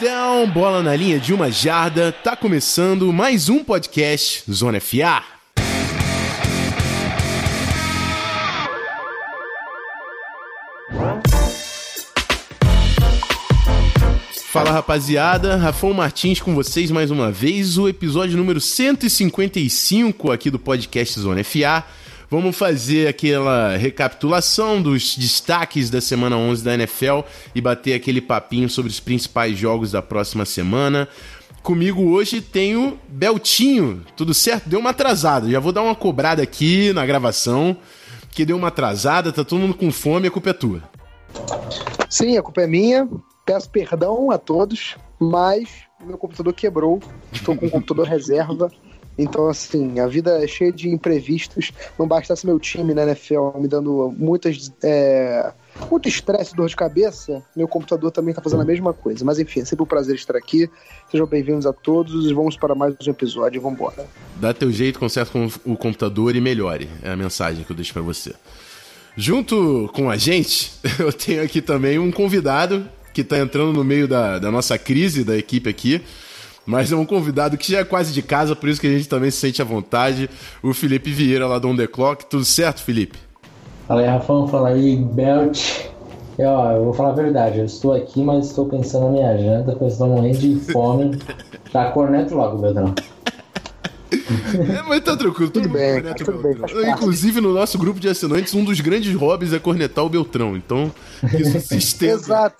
Touchdown, bola na linha de uma jarda, tá começando mais um podcast Zona FA. Fala rapaziada, Rafão Martins com vocês mais uma vez, o episódio número 155 aqui do podcast Zona FA. Vamos fazer aquela recapitulação dos destaques da semana 11 da NFL e bater aquele papinho sobre os principais jogos da próxima semana. Comigo hoje tem o Beltinho, tudo certo? Deu uma atrasada, já vou dar uma cobrada aqui na gravação, que deu uma atrasada, tá todo mundo com fome, a culpa é tua. Sim, a culpa é minha, peço perdão a todos, mas meu computador quebrou, estou com um computador reserva. Então, assim, a vida é cheia de imprevistos. Não bastasse meu time na NFL me dando muito estresse e dor de cabeça, meu computador também está fazendo a mesma coisa. Mas, enfim, é sempre um prazer estar aqui. Sejam bem-vindos a todos e vamos para mais um episódio. Vamos embora. Dá teu jeito, conserta com o computador e melhore. É a mensagem que eu deixo para você. Junto com a gente, eu tenho aqui também um convidado que está entrando no meio da nossa crise da equipe aqui. Mas é um convidado que já é quase de casa, por isso que a gente também se sente à vontade. O Felipe Vieira, lá do On The Clock. Tudo certo, Felipe? Fala aí, Rafão. Fala aí, Belt. Eu vou falar a verdade. Eu estou aqui, mas estou pensando na minha janta, porque eu estou morrendo de fome. Tá, corneto logo, Beltrão. Mas tá tranquilo, tudo bem, tudo bem. Inclusive, no nosso grupo de assinantes, um dos grandes hobbies é cornetar o Beltrão. Então, isso se estende. Exato.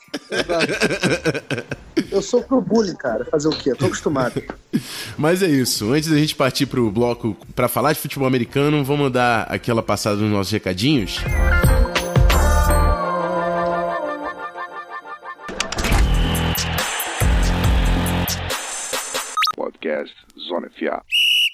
Eu sou pro bullying, cara. Fazer o quê? Eu tô acostumado. Mas é isso. Antes da gente partir pro bloco pra falar de futebol americano, vamos dar aquela passada nos nossos recadinhos. Podcast Zona FA.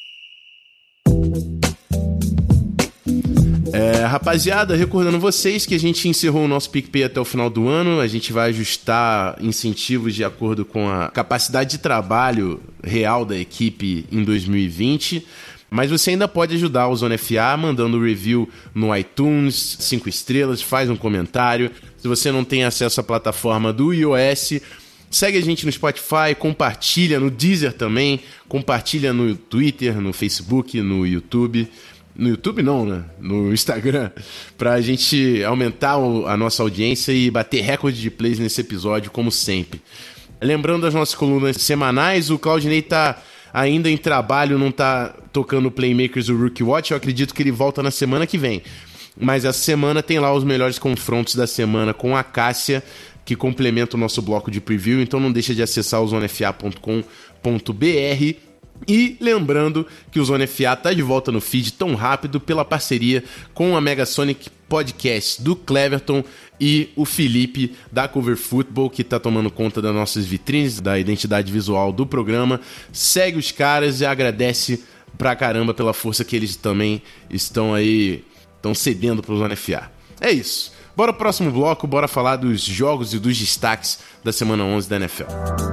Rapaziada, recordando vocês que a gente encerrou o nosso PicPay até o final do ano, a gente vai ajustar incentivos de acordo com a capacidade de trabalho real da equipe em 2020, mas você ainda pode ajudar o Zona FA mandando review no iTunes, 5 estrelas, faz um comentário. Se você não tem acesso à plataforma do iOS, segue a gente no Spotify, compartilha no Deezer também, compartilha no Twitter, no Facebook, no YouTube. No YouTube não, né? No Instagram, pra gente aumentar a nossa audiência e bater recorde de plays nesse episódio, como sempre. Lembrando das nossas colunas semanais, o Claudinei tá ainda em trabalho, não tá tocando Playmakers do Rookie Watch, eu acredito que ele volta na semana que vem. Mas essa semana tem lá os melhores confrontos da semana com a Cássia, que complementa o nosso bloco de preview, então não deixa de acessar o zonefa.com.br. E lembrando que o Zona FA tá de volta no feed tão rápido pela parceria com a Megasonic Podcast do Cleverton e o Felipe da Cover Football, que tá tomando conta das nossas vitrines, da identidade visual do programa. Segue os caras e agradece pra caramba pela força que eles também estão cedendo pro Zona FA. É isso. Bora pro próximo bloco, bora falar dos jogos e dos destaques da semana 11 da NFL.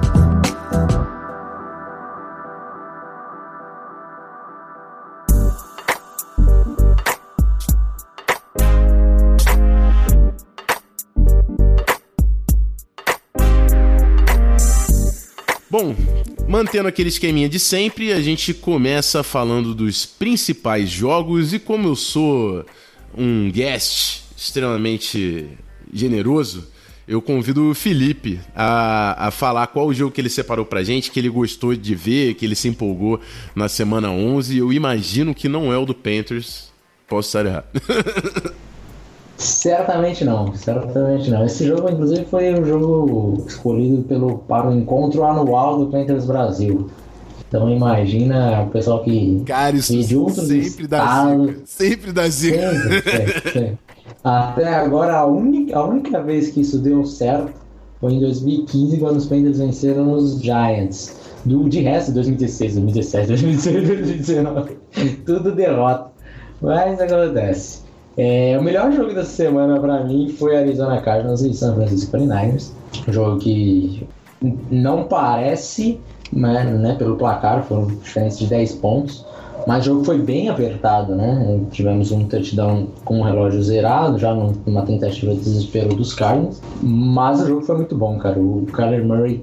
Bom, mantendo aquele esqueminha de sempre, a gente começa falando dos principais jogos e como eu sou um guest extremamente generoso, eu convido o Felipe a falar qual o jogo que ele separou pra gente, que ele gostou de ver, que ele se empolgou na semana 11. Eu imagino que não é o do Panthers, posso estar errado. Certamente não. Esse jogo, inclusive, foi um jogo escolhido para o encontro anual do Panthers Brasil. Então imagina o pessoal que... Cara, isso sempre dá zica. Sempre. Até agora, a única vez que isso deu certo foi em 2015, quando os Panthers venceram os Giants. De resto, 2016, 2017, 2018, 2019, tudo derrota. Mas acontece. O melhor jogo dessa semana pra mim foi Arizona Cardinals e San Francisco 49ers. Um jogo que não parece, né, pelo placar, foram diferenças de 10 pontos. Mas o jogo foi bem apertado, né? Tivemos um touchdown com o relógio zerado, já numa tentativa de desespero dos Cardinals. Mas o jogo foi muito bom, cara. O Kyler Murray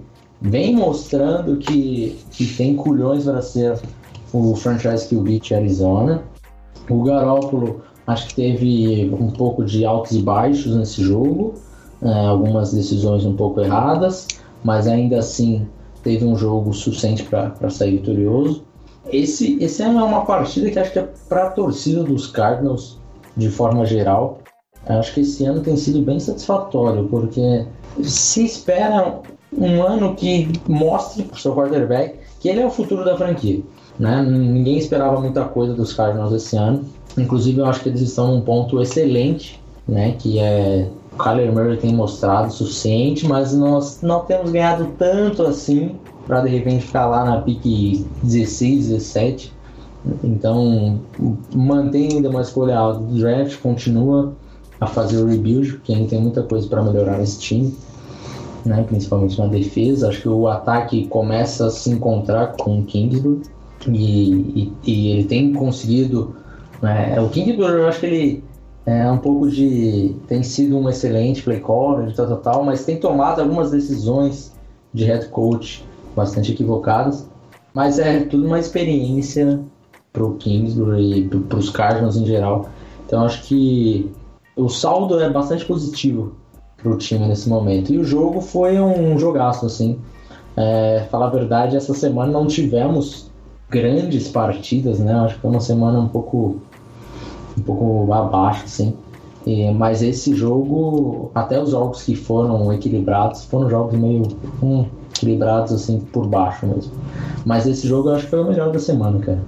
vem mostrando que tem culhões para ser o franchise QB de Arizona. O Garoppolo acho que teve um pouco de altos e baixos nesse jogo, algumas decisões um pouco erradas, mas ainda assim teve um jogo suficiente para sair vitorioso. Esse é uma partida que acho que é para a torcida dos Cardinals de forma geral. Acho que esse ano tem sido bem satisfatório, porque se espera um ano que mostre para o seu quarterback que ele é o futuro da franquia, né? Ninguém esperava muita coisa dos Cardinals esse ano. Inclusive eu acho que eles estão num ponto excelente, né? Que é o Kyler Murray tem mostrado o suficiente, mas nós não temos ganhado tanto assim para de repente ficar lá na pique 16, 17. Então mantém ainda uma escolha alta do draft, continua a fazer o rebuild, porque ainda tem muita coisa para melhorar nesse time, né? Principalmente na defesa. Acho que o ataque começa a se encontrar com o Kingsbury e ele tem conseguido, né? O Kingsbury, eu acho que ele tem sido um excelente play caller e tal, mas tem tomado algumas decisões de head coach bastante equivocadas, mas é tudo uma experiência pro Kingsbury e pros Cardinals em geral. Então acho que o saldo é bastante positivo pro time nesse momento. E o jogo foi um jogaço, assim. Falar a verdade, essa semana não tivemos grandes partidas, né? Acho que foi uma semana um pouco abaixo, assim. Mas esse jogo, até os jogos que foram equilibrados, foram jogos meio equilibrados, assim, por baixo mesmo. Mas esse jogo eu acho que foi o melhor da semana, cara.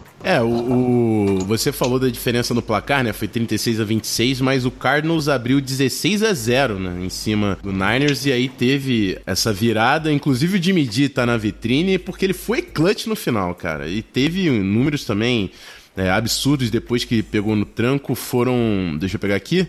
Você falou da diferença no placar, né? Foi 36-26, mas o Cardinals abriu 16-0, né? Em cima do Niners, e aí teve essa virada. Inclusive o Jimmy G tá na vitrine porque ele foi clutch no final, cara. E teve números também absurdos depois que pegou no tranco. Foram, deixa eu pegar aqui,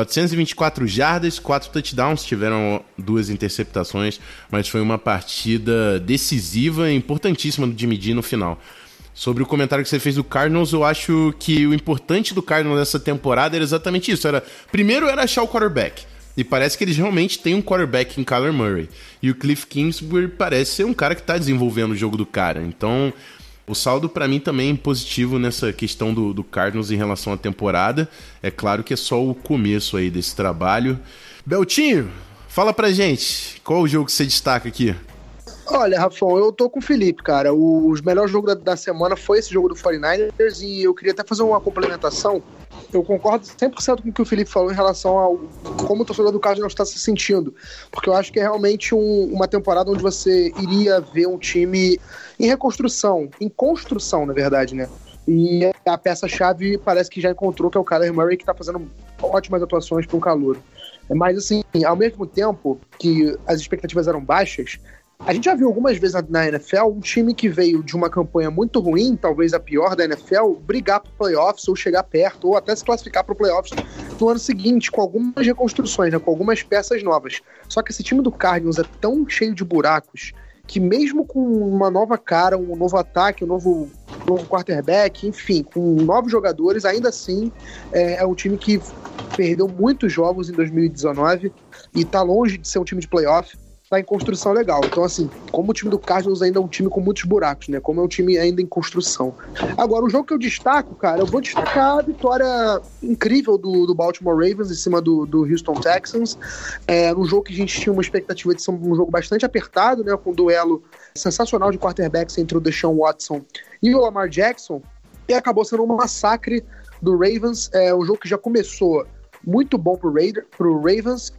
424 jardas, 4 touchdowns, tiveram 2 interceptações, mas foi uma partida decisiva e importantíssima do Jimmy G no final. Sobre o comentário que você fez do Cardinals, eu acho que o importante do Cardinals nessa temporada era exatamente isso. Primeiro era achar o quarterback. E parece que eles realmente têm um quarterback em Kyler Murray. E o Cliff Kingsbury parece ser um cara que está desenvolvendo o jogo do cara. Então, o saldo para mim também é positivo nessa questão do Cardinals em relação à temporada. É claro que é só o começo aí desse trabalho. Beltinho, fala pra gente, qual o jogo que você destaca aqui? Olha, Rafão, eu tô com o Felipe, cara. O melhor jogo da semana foi esse jogo do 49ers e eu queria até fazer uma complementação. Eu concordo 100% com o que o Felipe falou em relação ao como o torcedor do Cardinals está se sentindo, porque eu acho que é realmente uma temporada onde você iria ver um time em reconstrução, em construção, na verdade, né? E a peça-chave parece que já encontrou, que é o Kyler Murray, que tá fazendo ótimas atuações para um calouro. Mas, assim, ao mesmo tempo que as expectativas eram baixas, a gente já viu algumas vezes na NFL um time que veio de uma campanha muito ruim, talvez a pior da NFL, brigar para playoffs ou chegar perto, ou até se classificar para playoffs no ano seguinte, com algumas reconstruções, né, com algumas peças novas. Só que esse time do Cardinals é tão cheio de buracos que mesmo com uma nova cara, um novo ataque, um novo quarterback, enfim, com novos jogadores, ainda assim é um time que perdeu muitos jogos em 2019 e está longe de ser um time de playoff. Tá em construção legal. Então, assim, como o time do Cardinals ainda é um time com muitos buracos, né? Como é um time ainda em construção. Agora, o jogo que eu destaco, cara, eu vou destacar a vitória incrível do Baltimore Ravens em cima do Houston Texans. Um jogo que a gente tinha uma expectativa de ser um jogo bastante apertado, né? Com um duelo sensacional de quarterbacks entre o Deshaun Watson e o Lamar Jackson. E acabou sendo um massacre do Ravens. Um jogo que já começou muito bom pro Ravens,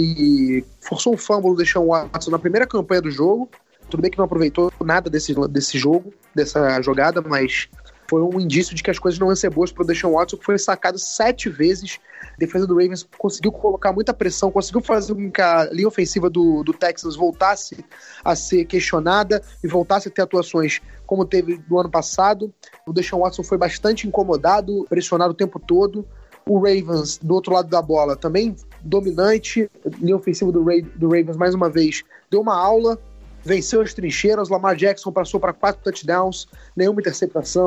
que forçou um fumble do Deshaun Watson na primeira campanha do jogo. Tudo bem que não aproveitou nada desse jogo, dessa jogada, mas foi um indício de que as coisas não iam ser boas pro Deshaun Watson, que foi sacado 7 vezes. A defesa do Ravens conseguiu colocar muita pressão, conseguiu fazer com que a linha ofensiva do Texans voltasse a ser questionada e voltasse a ter atuações como teve no ano passado. O Deshaun Watson foi bastante incomodado, pressionado o tempo todo. O Ravens, do outro lado da bola, também dominante. Linha ofensiva do Ravens, mais uma vez, deu uma aula, venceu as trincheiras. Lamar Jackson passou para 4 touchdowns, nenhuma interceptação.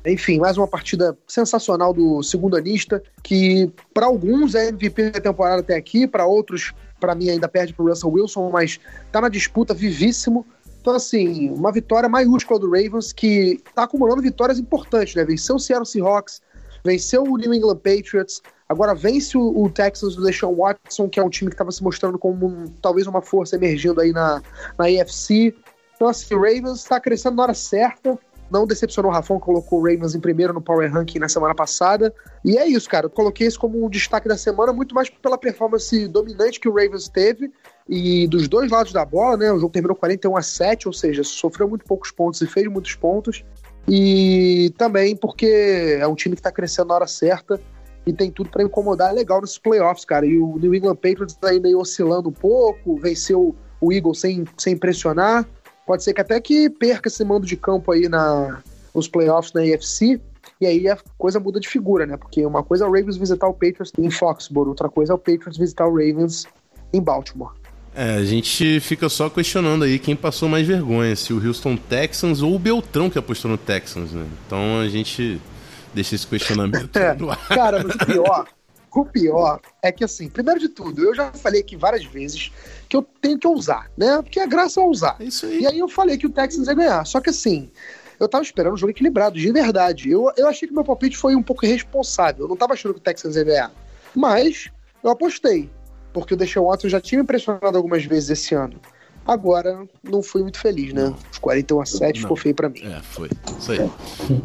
Enfim, mais uma partida sensacional do segundo anista, que para alguns é MVP da temporada até aqui, para outros, para mim, ainda perde pro Russell Wilson, mas tá na disputa vivíssimo. Então, assim, uma vitória maiúscula do Ravens, que tá acumulando vitórias importantes, né? Venceu o Seattle Seahawks, venceu o New England Patriots, agora vence o Texans do Deshaun Watson, que é um time que estava se mostrando como talvez uma força emergindo aí na AFC. Então, assim, o Ravens está crescendo na hora certa. Não decepcionou o Rafão, colocou o Ravens em primeiro no Power Ranking na semana passada. E é isso, cara. Eu coloquei isso como um destaque da semana, muito mais pela performance dominante que o Ravens teve. E dos dois lados da bola, né? O jogo terminou 41-7, ou seja, sofreu muito poucos pontos e fez muitos pontos. E também porque é um time que está crescendo na hora certa e tem tudo para incomodar legal nesses playoffs, cara. E o New England Patriots tá aí meio oscilando um pouco, venceu o Eagles sem pressionar. Pode ser que até que perca esse mando de campo aí nos playoffs na AFC, e aí a coisa muda de figura, né? Porque uma coisa é o Ravens visitar o Patriots em Foxborough, outra coisa é o Patriots visitar o Ravens em Baltimore. A gente fica só questionando aí quem passou mais vergonha, se o Houston Texans ou o Beltrão que apostou no Texans, né? Então a gente deixa esse questionamento no ar. Cara, mas o pior é que, assim, primeiro de tudo, eu já falei aqui várias vezes que eu tenho que ousar, né? Porque a graça é ousar. É isso aí. E aí eu falei que o Texans ia ganhar. Só que, assim, eu tava esperando um jogo equilibrado, de verdade. Eu achei que meu palpite foi um pouco irresponsável. Eu não tava achando que o Texans ia ganhar. Mas eu apostei, porque o Deshaun Watson já tinha me impressionado algumas vezes esse ano. Agora, não fui muito feliz, né? Os 41-7 ficou feio pra mim. Foi. Isso aí.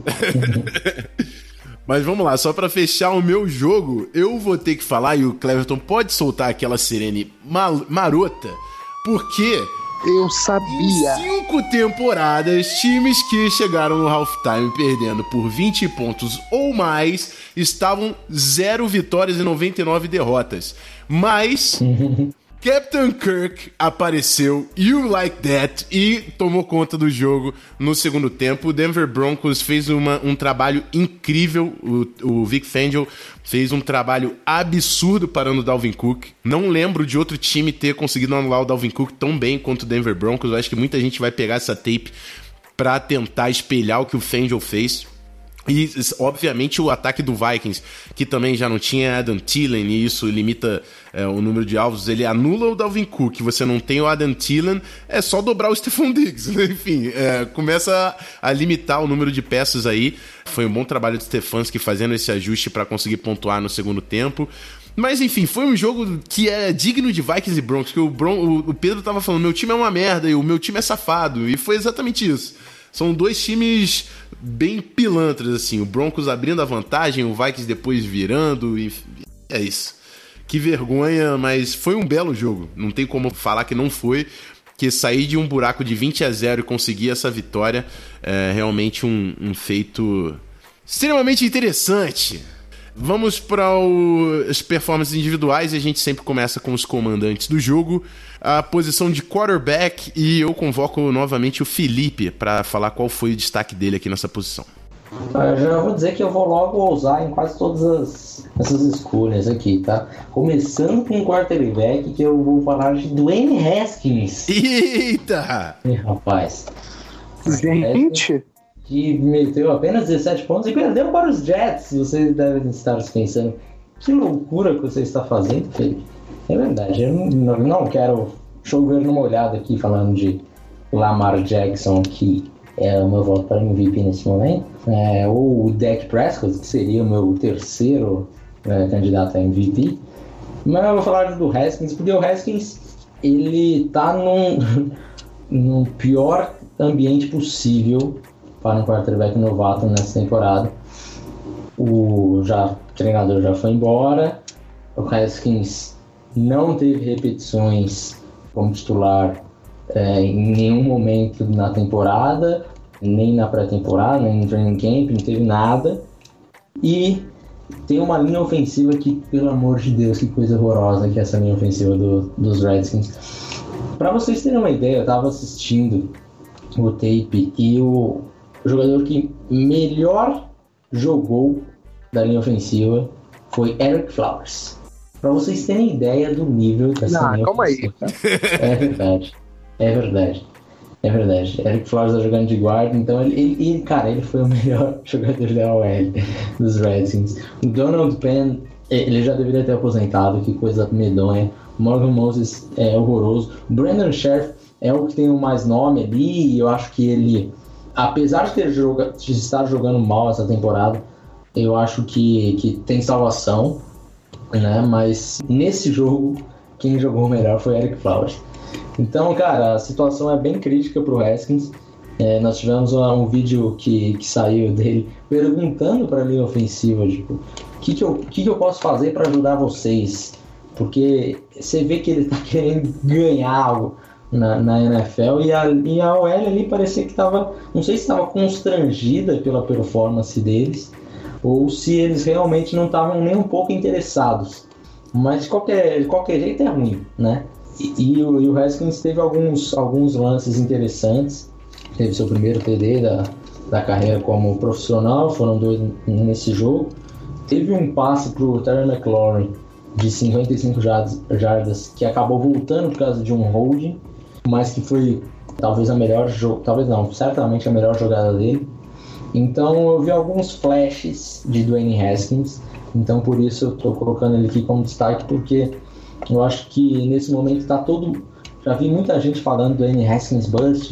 Mas vamos lá, só pra fechar o meu jogo, eu vou ter que falar, e o Cleverton pode soltar aquela sirene marota, porque eu sabia. Em 5 temporadas, times que chegaram no halftime perdendo por 20 pontos ou mais estavam 0 vitórias e 99 derrotas. Mas Captain Kirk apareceu, you like that, e tomou conta do jogo no segundo tempo. O Denver Broncos fez um trabalho incrível. O Vic Fangio fez um trabalho absurdo parando o Dalvin Cook. Não lembro de outro time ter conseguido anular o Dalvin Cook tão bem quanto o Denver Broncos. Eu acho que muita gente vai pegar essa tape pra tentar espelhar o que o Fangio fez. E, obviamente, o ataque do Vikings, que também já não tinha Adam Thielen, e isso limita o número de alvos, ele anula o Dalvin Cook, você não tem o Adam Thielen, é só dobrar o Stephon Diggs. Enfim, começa a limitar o número de peças aí. Foi um bom trabalho de Stefanski fazendo esse ajuste para conseguir pontuar no segundo tempo. Mas, enfim, foi um jogo que é digno de Vikings e Broncos, que o Pedro tava falando, meu time é uma merda e o meu time é safado, e foi exatamente isso. São dois times bem pilantras, assim. O Broncos abrindo a vantagem, o Vikings depois virando. E é isso. Que vergonha, mas foi um belo jogo. Não tem como falar que não foi. Que sair de um buraco de 20-0 e conseguir essa vitória é realmente um feito extremamente interessante. Vamos para as performances individuais e a gente sempre começa com os comandantes do jogo. A posição de quarterback, e eu convoco novamente o Felipe para falar qual foi o destaque dele aqui nessa posição. Eu já vou dizer que eu vou logo ousar em quase todas essas escolhas aqui, tá? Começando com o quarterback, que eu vou falar de Dwayne Haskins. Eita! Rapaz. Gente! Que meteu apenas 17 pontos e perdeu para os Jets. Vocês devem estar pensando, que loucura que você está fazendo, Felipe. É verdade, eu não quero chover numa olhada aqui falando de Lamar Jackson, que é o meu voto para MVP nesse momento, ou o Dak Prescott, que seria o meu terceiro candidato a MVP. Mas eu vou falar do Haskins, porque o Haskins, ele tá num pior ambiente possível para um quarterback novato nessa temporada. O treinador já foi embora, o Haskins não teve repetições como titular em nenhum momento na temporada, nem na pré-temporada, nem no training camp, não teve nada. E tem uma linha ofensiva que, pelo amor de Deus, que coisa horrorosa que é essa linha ofensiva dos Redskins. Para vocês terem uma ideia, eu estava assistindo o tape e o jogador que melhor jogou da linha ofensiva foi Ereck Flowers. Pra vocês terem ideia do nível dessa linha calma ofensiva. aí. É verdade. É verdade. Eric Flowers tá jogando de guarda, então ele foi o melhor jogador da OL dos Redskins. O Donald Penn, ele já deveria ter aposentado, que coisa medonha. O Morgan Moses é horroroso. O Brandon Scherff é o que tem o mais nome ali, e eu acho que ele, apesar de estar jogando mal essa temporada, eu acho que tem salvação, né? Mas nesse jogo, quem jogou melhor foi Eric Flowers. Então, cara, a situação é bem crítica pro Haskins. Nós tivemos um vídeo que saiu dele perguntando para a linha ofensiva, tipo, o que eu posso fazer para ajudar vocês? Porque você vê que ele tá querendo ganhar algo na NFL, e a OL ali parecia que estava, não sei se estava constrangida pela performance deles, ou se eles realmente não estavam nem um pouco interessados. Mas de qualquer jeito é ruim, né? E o Haskins teve alguns lances interessantes. Teve seu primeiro TD da carreira como profissional, foram 2 nesse jogo. Teve um passe pro Terry McLaurin de 55 jardas que acabou voltando por causa de um holding, mas que foi certamente a melhor jogada dele. Então eu vi alguns flashes de Dwayne Haskins, então por isso eu tô colocando ele aqui como destaque, porque eu acho que nesse momento já vi muita gente falando Dwayne Haskins bust.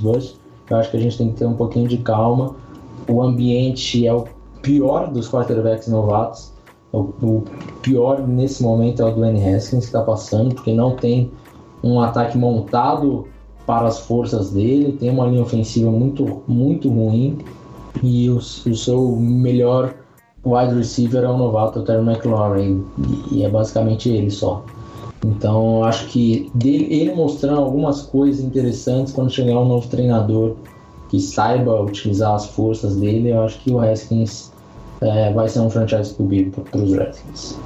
Eu acho que a gente tem que ter um pouquinho de calma. O ambiente é o pior dos quarterbacks novatos. O pior nesse momento é o Dwayne Haskins que está passando, porque não tem um ataque montado para as forças dele, tem uma linha ofensiva muito, muito ruim, e o seu melhor wide receiver é o novato, o Terry McLaurin, e é basicamente ele só. Então eu acho que ele mostrando algumas coisas interessantes, quando chegar um novo treinador que saiba utilizar as forças dele, eu acho que o Haskins vai ser um franchise QB para os Redskins.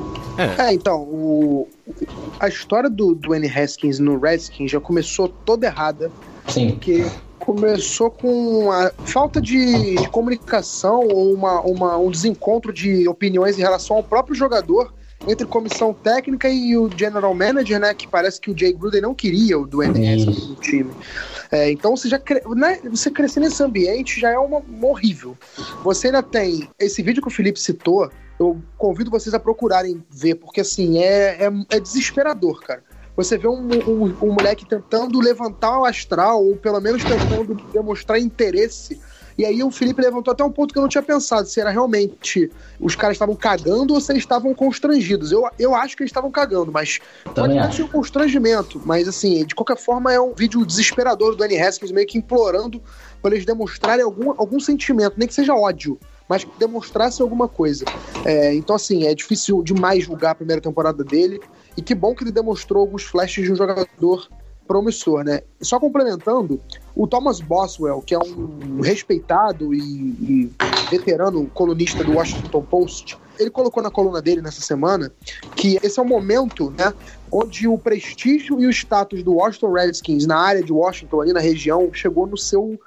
Então, a história do Dwayne Haskins no Redskins já começou toda errada. Sim. Porque começou com a falta de comunicação ou um desencontro de opiniões em relação ao próprio jogador entre comissão técnica e o general manager, né? Que parece que o Jay Gruden não queria o Dwayne Haskins no time. Então você crescer nesse ambiente já é horrível. Você ainda tem esse vídeo que o Felipe citou. Eu convido vocês a procurarem ver, porque assim, é desesperador, cara. Você vê um moleque tentando levantar o astral, ou pelo menos tentando demonstrar interesse. E aí o Felipe levantou até um ponto que eu não tinha pensado, se era realmente os caras estavam cagando ou se eles estavam constrangidos. Eu acho que eles estavam cagando, mas pode até ser um constrangimento. Mas assim, de qualquer forma é um vídeo desesperador do Dwayne Haskins meio que implorando para eles demonstrarem algum sentimento, nem que seja ódio, mas que demonstrasse alguma coisa. Então assim, é difícil demais julgar a primeira temporada dele, e que bom que ele demonstrou alguns flashes de um jogador promissor, né? Só complementando, o Thomas Boswell, que é um respeitado e veterano colunista do Washington Post, ele colocou na coluna dele nessa semana que esse é o momento, né, onde o prestígio e o status do Washington Redskins na área de Washington, ali na região, chegou no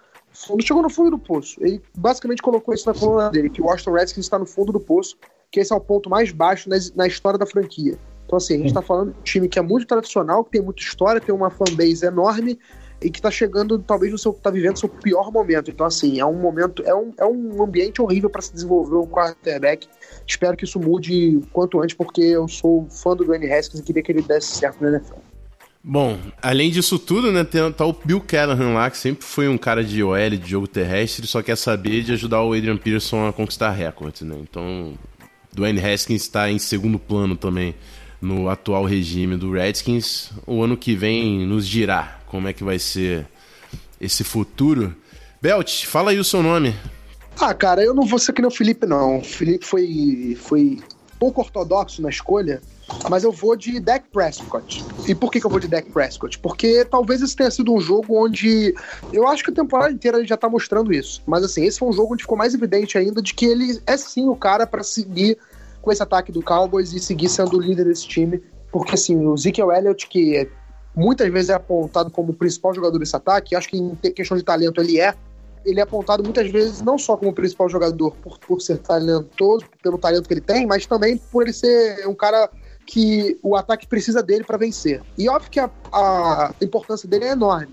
fundo do poço. Ele basicamente colocou isso na coluna dele, que o Washington Redskins está no fundo do poço, que esse é o ponto mais baixo na história da franquia. Então assim, a gente tá falando de um time que é muito tradicional, que tem muita história, tem uma fanbase enorme e que tá chegando, talvez, tá vivendo seu pior momento. Então assim, é um ambiente horrível para se desenvolver um quarterback. Espero que isso mude quanto antes, porque eu sou fã do Dwayne Haskins e queria que ele desse certo na NFL. Bom, além disso tudo, né, tá o Bill Callahan lá, que sempre foi um cara de OL, de jogo terrestre, só quer saber de ajudar o Adrian Peterson a conquistar recordes, né? Então, Dwayne Haskins está em segundo plano também no atual regime do Redskins. O ano que vem nos dirá como é que vai ser esse futuro. Belt, fala aí o seu nome. Cara, eu não vou ser que nem o Felipe, não. O Felipe foi pouco ortodoxo na escolha, mas eu vou de Dak Prescott. E por que eu vou de Dak Prescott? Porque talvez esse tenha sido um jogo onde... Eu acho que a temporada inteira ele já tá mostrando isso. Mas assim, esse foi um jogo onde ficou mais evidente ainda de que ele é sim o cara para seguir com esse ataque do Cowboys e seguir sendo o líder desse time, porque assim, o Ezekiel Elliott, que muitas vezes é apontado como o principal jogador desse ataque, acho que em questão de talento ele é apontado muitas vezes não só como o principal jogador por ser talentoso, pelo talento que ele tem, mas também por ele ser um cara que o ataque precisa dele para vencer. E óbvio que a importância dele é enorme,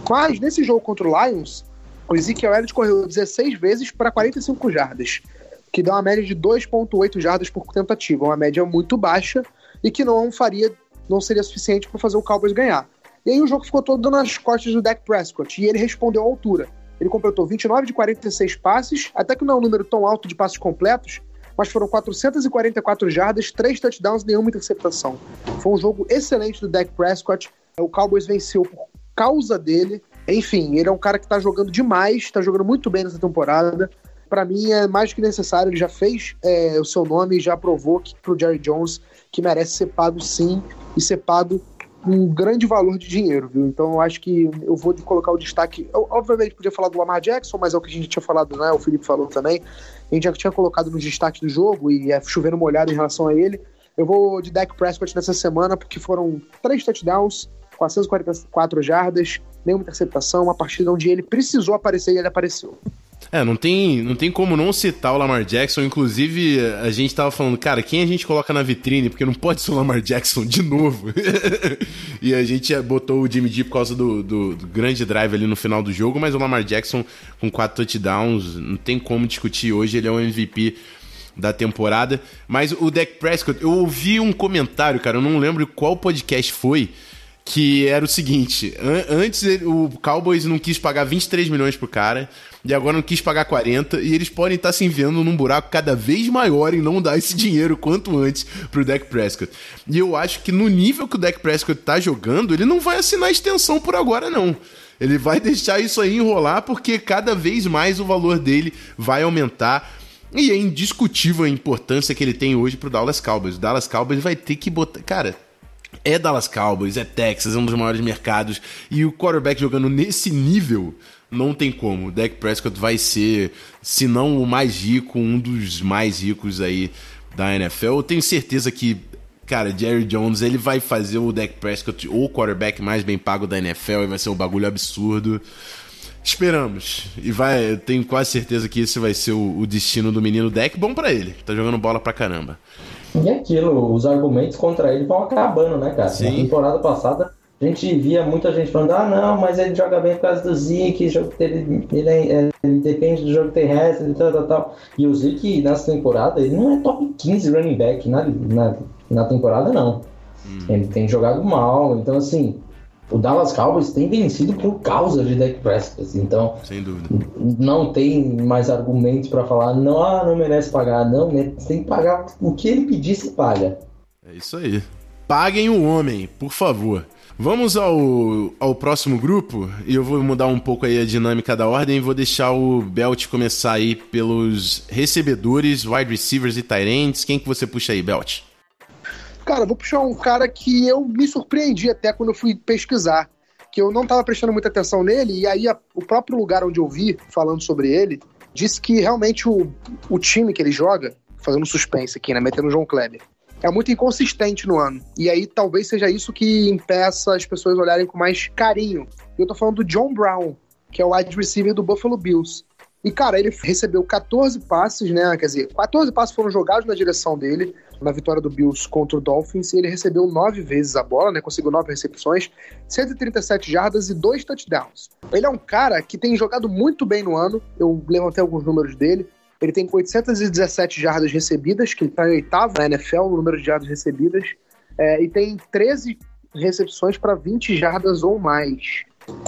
Mas nesse jogo contra o Lions, o Ezekiel Elliott correu 16 vezes para 45 jardas, que dá uma média de 2,8 jardas por tentativa, uma média muito baixa e que não seria suficiente para fazer o Cowboys ganhar. E aí o jogo ficou todo nas costas do Dak Prescott, e ele respondeu à altura. Ele completou 29 de 46 passes, até que não é um número tão alto de passes completos, mas foram 444 jardas, 3 touchdowns e nenhuma interceptação. Foi um jogo excelente do Dak Prescott, o Cowboys venceu por causa dele. Enfim, ele é um cara que tá jogando demais, tá jogando muito bem nessa temporada. Pra mim é mais do que necessário, ele já fez o seu nome e já provou pro Jerry Jones que merece ser pago sim, e ser pago um grande valor de dinheiro, viu? Então eu acho que eu vou colocar o destaque. Eu, obviamente podia falar do Lamar Jackson, mas é o que a gente tinha falado, né? O Felipe falou também. A gente já tinha colocado nos destaques do jogo e é chovendo molhado em relação a ele. Eu vou de Dak Prescott nessa semana, porque foram 3 touchdowns, 444 jardas, nenhuma interceptação, uma partida onde ele precisou aparecer e ele apareceu. Não tem como não citar o Lamar Jackson. Inclusive, a gente tava falando, cara, quem a gente coloca na vitrine? Porque não pode ser o Lamar Jackson de novo. E a gente botou o Jimmy G por causa do grande drive ali no final do jogo, mas o Lamar Jackson com 4 touchdowns, não tem como discutir. Hoje ele é o MVP da temporada. Mas o Dak Prescott, eu ouvi um comentário, cara, eu não lembro qual podcast foi, que era o seguinte: antes o Cowboys não quis pagar 23 milhões pro cara, e agora não quis pagar 40, e eles podem estar se enfiando num buraco cada vez maior em não dar esse dinheiro quanto antes pro Dak Prescott. E eu acho que no nível que o Dak Prescott tá jogando, ele não vai assinar extensão por agora, não. Ele vai deixar isso aí enrolar, porque cada vez mais o valor dele vai aumentar. E é indiscutível a importância que ele tem hoje pro Dallas Cowboys. O Dallas Cowboys vai ter que botar... Cara, é Dallas Cowboys, é Texas, é um dos maiores mercados, e o quarterback jogando nesse nível, não tem como. O Dak Prescott vai ser, se não o mais rico, um dos mais ricos aí da NFL. Eu tenho certeza que, cara, Jerry Jones, ele vai fazer o Dak Prescott o quarterback mais bem pago da NFL, e vai ser um bagulho absurdo. Esperamos. E eu tenho quase certeza que esse vai ser o destino do menino Dak. Bom pra ele, tá jogando bola pra caramba. E aquilo, os argumentos contra ele vão acabando, né, cara? Sim. Na temporada passada, a gente via muita gente falando, não, mas ele joga bem por causa do Zeke, ele depende do jogo terrestre, tal. E o Zeke, nessa temporada, ele não é top 15 running back na temporada, não. Ele tem jogado mal, então, assim, o Dallas Cowboys tem vencido por causa de Dak Prescott, então sem dúvida, não tem mais argumentos para falar, não merece pagar, não, tem que pagar o que ele pedir, se paga. É isso aí. Paguem o homem, por favor. Vamos ao próximo grupo, e eu vou mudar um pouco aí a dinâmica da ordem e vou deixar o Belt começar aí pelos recebedores, wide receivers e tight ends. Quem que você puxa aí, Belt? Cara, eu vou puxar um cara que eu me surpreendi até quando eu fui pesquisar, que eu não estava prestando muita atenção nele, e aí o próprio lugar onde eu vi, falando sobre ele, disse que realmente o time que ele joga, fazendo suspense aqui, né, metendo o João Kleber, é muito inconsistente no ano. E aí talvez seja isso que impeça as pessoas olharem com mais carinho. Eu tô falando do John Brown, que é o wide receiver do Buffalo Bills. E, cara, ele recebeu 14 passes, né? Quer dizer, 14 passes foram jogados na direção dele, na vitória do Bills contra o Dolphins, e ele recebeu 9 vezes a bola, né? Conseguiu 9 recepções, 137 jardas e 2 touchdowns. Ele é um cara que tem jogado muito bem no ano, eu levantei alguns números dele. Ele tem 817 jardas recebidas, que ele está em oitavo na NFL, o número de jardas recebidas, e tem 13 recepções para 20 jardas ou mais. E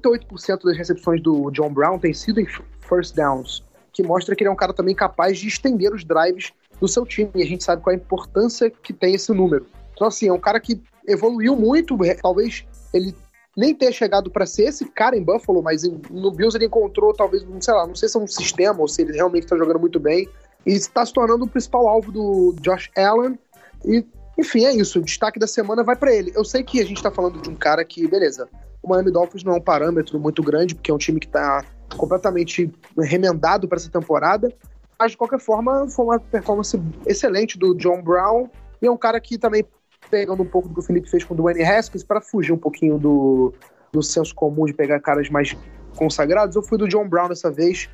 78% das recepções do John Brown tem sido em first downs, que mostra que ele é um cara também capaz de estender os drives do seu time, e a gente sabe qual é a importância que tem esse número. Então, assim, é um cara que evoluiu muito, talvez ele nem tenha chegado para ser esse cara em Buffalo, mas no Bills ele encontrou, talvez, sei lá, não sei se é um sistema ou se ele realmente está jogando muito bem, e está se tornando o principal alvo do Josh Allen, e, enfim, é isso, o destaque da semana vai para ele. Eu sei que a gente está falando de um cara que, beleza, o Miami Dolphins não é um parâmetro muito grande, porque é um time que está completamente remendado para essa temporada, mas de qualquer forma foi uma performance excelente do John Brown, e é um cara que também, pegando um pouco do que o Felipe fez com o Dwayne Haskins, para fugir um pouquinho do senso comum de pegar caras mais consagrados, eu fui do John Brown dessa vez,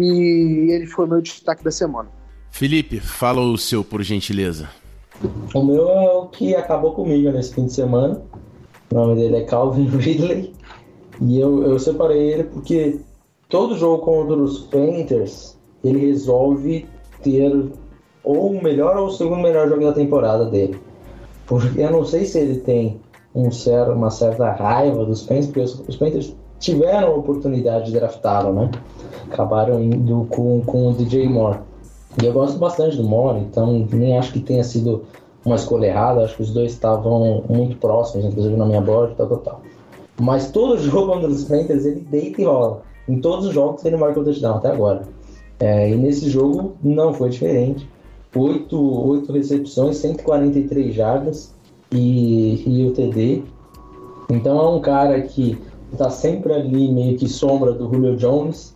e ele foi o meu destaque da semana. Felipe, fala o seu, por gentileza. O meu é o que acabou comigo nesse fim de semana. O nome dele é Calvin Ridley. E eu separei ele porque todo jogo contra os Panthers, ele resolve ter ou o melhor ou o segundo melhor jogo da temporada dele. Porque eu não sei se ele tem uma certa raiva dos Panthers, porque os Panthers tiveram a oportunidade de draftá-lo, né? Acabaram indo com o DJ Moore. E eu gosto bastante do Moore, então nem acho que tenha sido uma escolha errada. Acho que os dois estavam muito próximos, inclusive na minha board, tal. Mas todo jogo contra os Panthers ele deita e rola. Em todos os jogos ele marcou touchdown até agora. E nesse jogo não foi diferente. 8 recepções, 143 jardas e o TD. Então é um cara que está sempre ali meio que sombra do Julio Jones,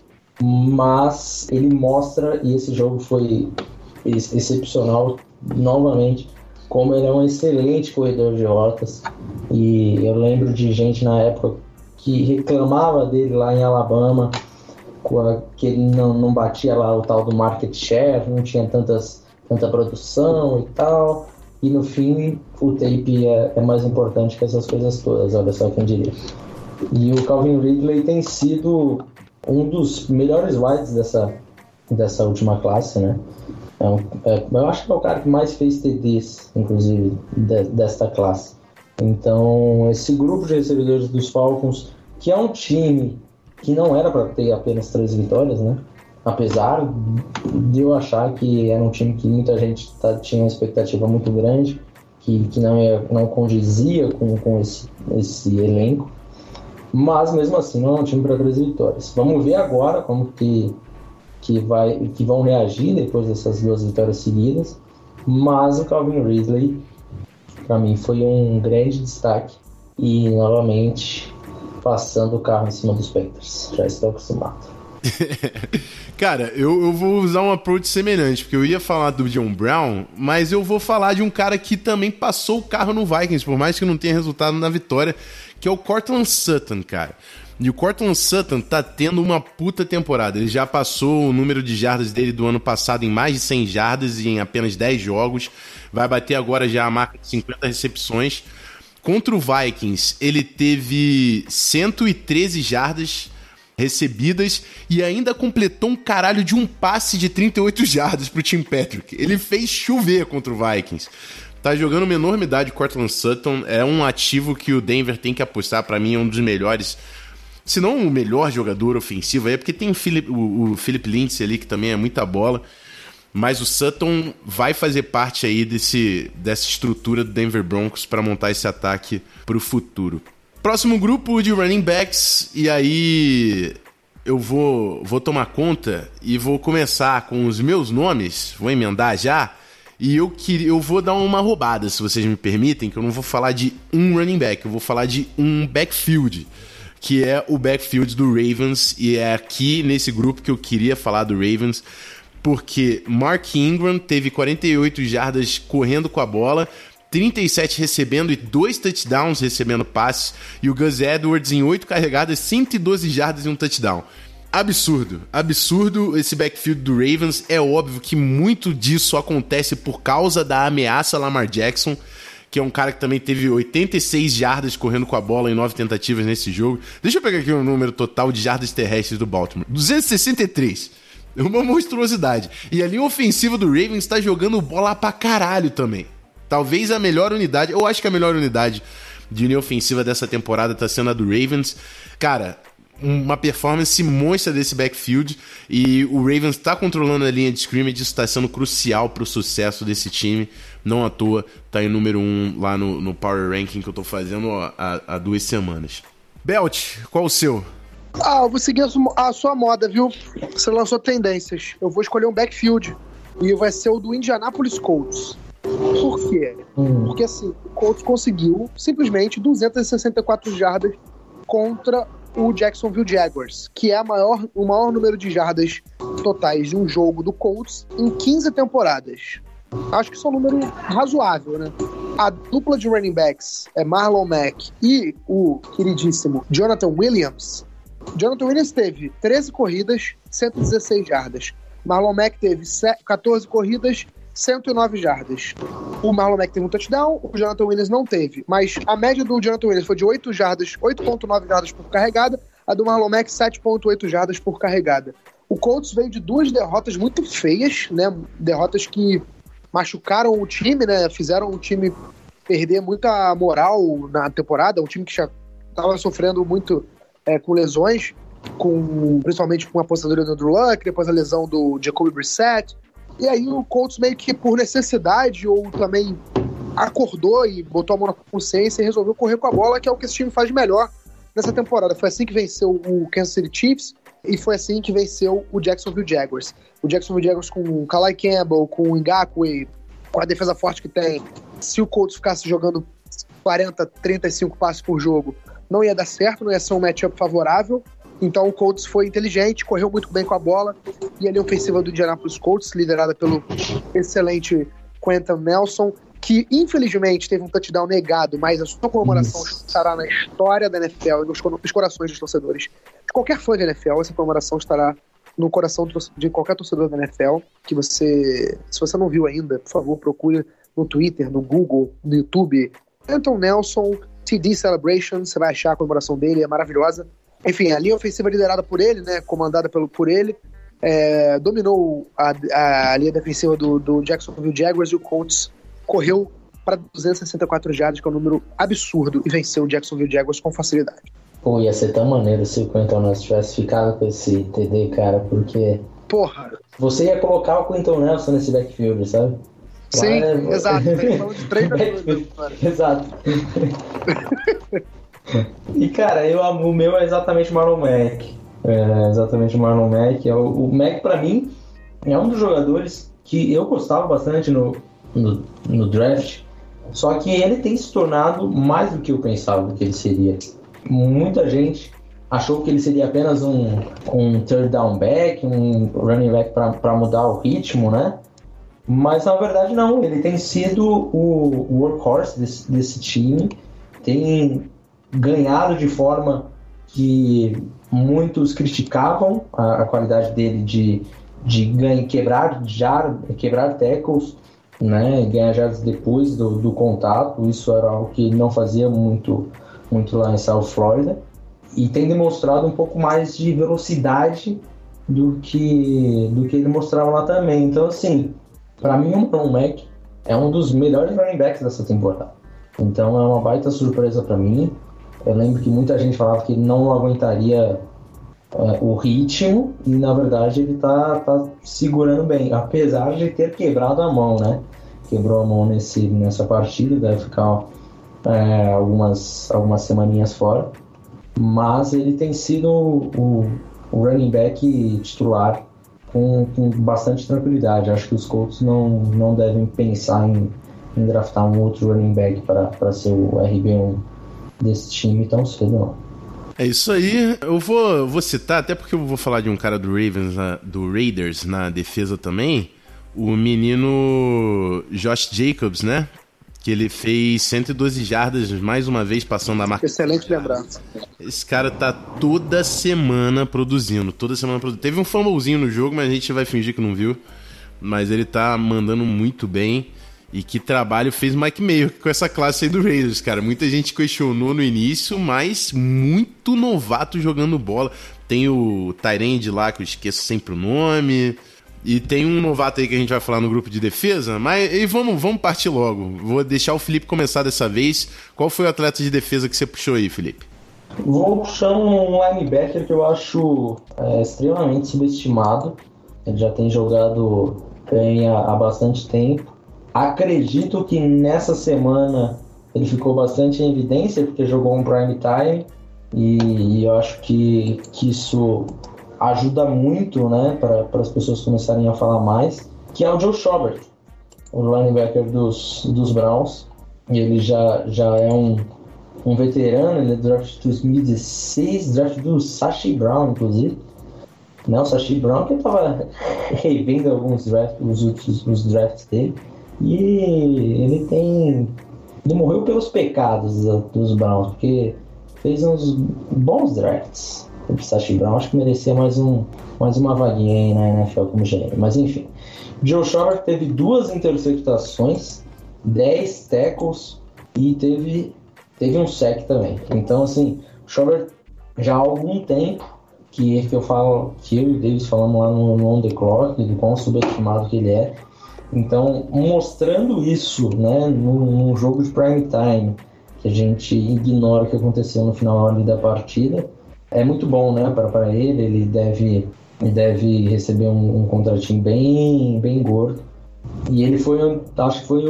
mas ele mostra, e esse jogo foi excepcional novamente, como ele é um excelente corredor de rotas. E eu lembro de gente na época que reclamava dele lá em Alabama, que ele não batia lá o tal do market share, não tinha tanta produção e tal, e no fim o tape é mais importante que essas coisas todas, olha só quem diria. E o Calvin Ridley tem sido um dos melhores wides dessa última classe, né? Eu acho que é o cara que mais fez TDs, inclusive, desta classe. Então, esse grupo de recebedores dos Falcons, que é um time que não era para ter apenas 3 vitórias, né? Apesar de eu achar que era um time que muita gente tinha uma expectativa muito grande, que não condizia com esse elenco, mas mesmo assim não é um time para 3 vitórias. Vamos ver agora como que vão reagir depois dessas 2 vitórias seguidas, mas o Calvin Ridley para mim foi um grande destaque e novamente passando o carro em cima dos Panthers, já estou acostumado. Cara, eu vou usar um approach semelhante, porque eu ia falar do John Brown, mas eu vou falar de um cara que também passou o carro no Vikings, por mais que não tenha resultado na vitória, que é o Courtland Sutton, cara. E o Courtland Sutton tá tendo uma puta temporada. Ele já passou o número de jardas dele do ano passado em mais de 100 jardas e em apenas 10 jogos. Vai bater agora já a marca de 50 recepções. Contra o Vikings, ele teve 113 jardas recebidas e ainda completou um caralho de um passe de 38 jardas pro Tim Patrick. Ele fez chover contra o Vikings. Tá jogando uma enormidade. Courtland Sutton é um ativo que o Denver tem que apostar. Pra mim é um dos melhores, se não o melhor jogador ofensivo aí, porque tem o Philip Lindsay ali, que também é muita bola, mas o Sutton vai fazer parte aí dessa estrutura do Denver Broncos para montar esse ataque pro futuro. Próximo grupo de running backs, e aí eu vou tomar conta e vou começar com os meus nomes, vou emendar já, e eu vou dar uma roubada, se vocês me permitem, que eu não vou falar de um running back, eu vou falar de um backfield, que é o backfield do Ravens, e é aqui nesse grupo que eu queria falar do Ravens, porque Mark Ingram teve 48 jardas correndo com a bola, 37 recebendo e 2 touchdowns recebendo passes, e o Gus Edwards em 8 carregadas, 112 jardas e um touchdown. Absurdo esse backfield do Ravens. É óbvio que muito disso acontece por causa da ameaça Lamar Jackson, que é um cara que também teve 86 jardas correndo com a bola em 9 tentativas nesse jogo. Deixa eu pegar aqui o número total de jardas terrestres do Baltimore. 263. É uma monstruosidade. E a linha ofensiva do Ravens tá jogando bola pra caralho também. Talvez a melhor unidade, eu acho que a melhor unidade de linha ofensiva dessa temporada tá sendo a do Ravens. Cara, uma performance monstra desse backfield, e o Ravens tá controlando a linha de scrimmage, isso tá sendo crucial pro sucesso desse time. Não à toa, tá em número 1 lá no Power Ranking que eu tô fazendo há 2 semanas. Belt, qual o seu? Eu vou seguir a sua moda, viu? Você lançou tendências. Eu vou escolher um backfield, e vai ser o do Indianapolis Colts. Por quê? Porque assim, o Colts conseguiu simplesmente 264 jardas contra o Jacksonville Jaguars, que é o maior número de jardas totais de um jogo do Colts em 15 temporadas. Acho que isso é um número razoável, né? A dupla de running backs é Marlon Mack e o queridíssimo Jonathan Williams. Jonathan Williams teve 13 corridas, 116 jardas. Marlon Mack teve 14 corridas, 109 jardas. O Marlon Mack teve um touchdown, o Jonathan Williams não teve. Mas a média do Jonathan Williams foi de 8 jardas, 8.9 jardas por carregada, a do Marlon Mack 7.8 jardas por carregada. O Colts veio de 2 derrotas muito feias, né? Derrotas que machucaram o time, né? Fizeram o time perder muita moral na temporada, um time que já estava sofrendo muito com lesões, principalmente com a aposentadoria do Andrew Luck, depois a lesão do Jacoby Brissett. E aí o Colts meio que por necessidade ou também acordou e botou a mão na consciência e resolveu correr com a bola, que é o que esse time faz de melhor nessa temporada. Foi assim que venceu o Kansas City Chiefs e foi assim que venceu o Jacksonville Jaguars. O Jacksonville Jaguars com o Calais Campbell, com o Ngakoue, com a defesa forte que tem. Se o Colts ficasse jogando 40, 35 passes por jogo, não ia dar certo, não ia ser um matchup favorável. Então o Colts foi inteligente, correu muito bem com a bola, e a linha ofensiva do Indianapolis Colts, liderada pelo excelente Quentin Nelson, que infelizmente teve um touchdown negado, mas a sua comemoração estará na história da NFL e nos corações dos torcedores de qualquer fã de NFL. Essa comemoração estará no coração de qualquer torcedor da NFL, que se você não viu ainda, por favor, procure no Twitter, no Google, no YouTube, Quentin Nelson TD Celebration, você vai achar a comemoração dele, é maravilhosa. Enfim, a linha ofensiva liderada por ele, né, comandada por ele, dominou a linha defensiva do Jacksonville Jaguars, e o Colts correu para 264 jardas, que é um número absurdo, e venceu o Jacksonville Jaguars com facilidade. Pô, ia ser tão maneiro se o Quentin Nelson tivesse ficado com esse TD, cara, porque... Porra! Você ia colocar o Quentin Nelson nesse backfield, sabe? Sim, exato. De 3 Exato. E, cara, o meu é exatamente o Marlon Mack. Exatamente o Marlon Mack. O Mack, pra mim, é um dos jogadores que eu gostava bastante no draft. Só que ele tem se tornado mais do que eu pensava que ele seria. Muita gente achou que ele seria apenas um third down back, um running back para mudar o ritmo, né? Mas na verdade não, ele tem sido o workhorse desse time, tem ganhado de forma que muitos criticavam a qualidade dele de quebrar tackles, né, ganhar jardas depois do contato. Isso era algo que ele não fazia muito lá em South Florida, e tem demonstrado um pouco mais de velocidade do que ele mostrava lá também. Então, assim, para mim o Marlon Mack é um dos melhores running backs dessa temporada. Então é uma baita surpresa para mim. Eu lembro que muita gente falava que ele não aguentaria o ritmo, e na verdade ele tá segurando bem, apesar de ter quebrado a mão, né? Quebrou a mão nessa partida, deve ficar algumas semaninhas fora, mas ele tem sido o running back titular com bastante tranquilidade. Acho que os Colts não devem pensar em draftar um outro running back para ser o RB1 desse time tão cedo, não. É isso aí. Eu vou citar, até porque eu vou falar de um cara do Raiders na defesa também, o menino Josh Jacobs, né? Que ele fez 112 jardas mais uma vez, passando a marca. Excelente lembrança. Esse cara tá toda semana produzindo. Teve um fumblezinho no jogo, mas a gente vai fingir que não viu. Mas ele tá mandando muito bem. E que trabalho fez o Mike Mayock com essa classe aí do Raiders, cara. Muita gente questionou no início, mas muito novato jogando bola. Tem o Tyrande lá, que eu esqueço sempre o nome. E tem um novato aí que a gente vai falar no grupo de defesa. Mas vamos partir logo. Vou deixar o Felipe começar dessa vez. Qual foi o atleta de defesa que você puxou aí, Felipe? Vou puxar um linebacker que eu acho extremamente subestimado. Ele já tem jogado bem há bastante tempo. Acredito que nessa semana ele ficou bastante em evidência, porque jogou um prime time, e eu acho que isso ajuda muito, né, para as pessoas começarem a falar mais, que é o Joe Schobert, o linebacker dos Browns. Ele já é um veterano, ele é do draft de 2016, draft do Sashi Brown, inclusive. Não, o Sashi Brown, que eu estava revendo alguns drafts, os drafts dele. E ele morreu pelos pecados dos Browns, porque fez uns bons drafts. O Sashi Brown acho que merecia mais uma vaguinha aí na NFL como GM, mas enfim. Joe Schobert teve 2 interceptações, 10 tackles e teve um sack também. Então, assim, o Schobert já há algum tempo que eu e o Davis falamos lá no On The Clock, do quão subestimado que ele é. Então, mostrando isso, né, num jogo de prime time, que a gente ignora o que aconteceu no final ali da partida, é muito bom, né, para ele. Ele deve receber um contratinho bem gordo. E ele acho que foi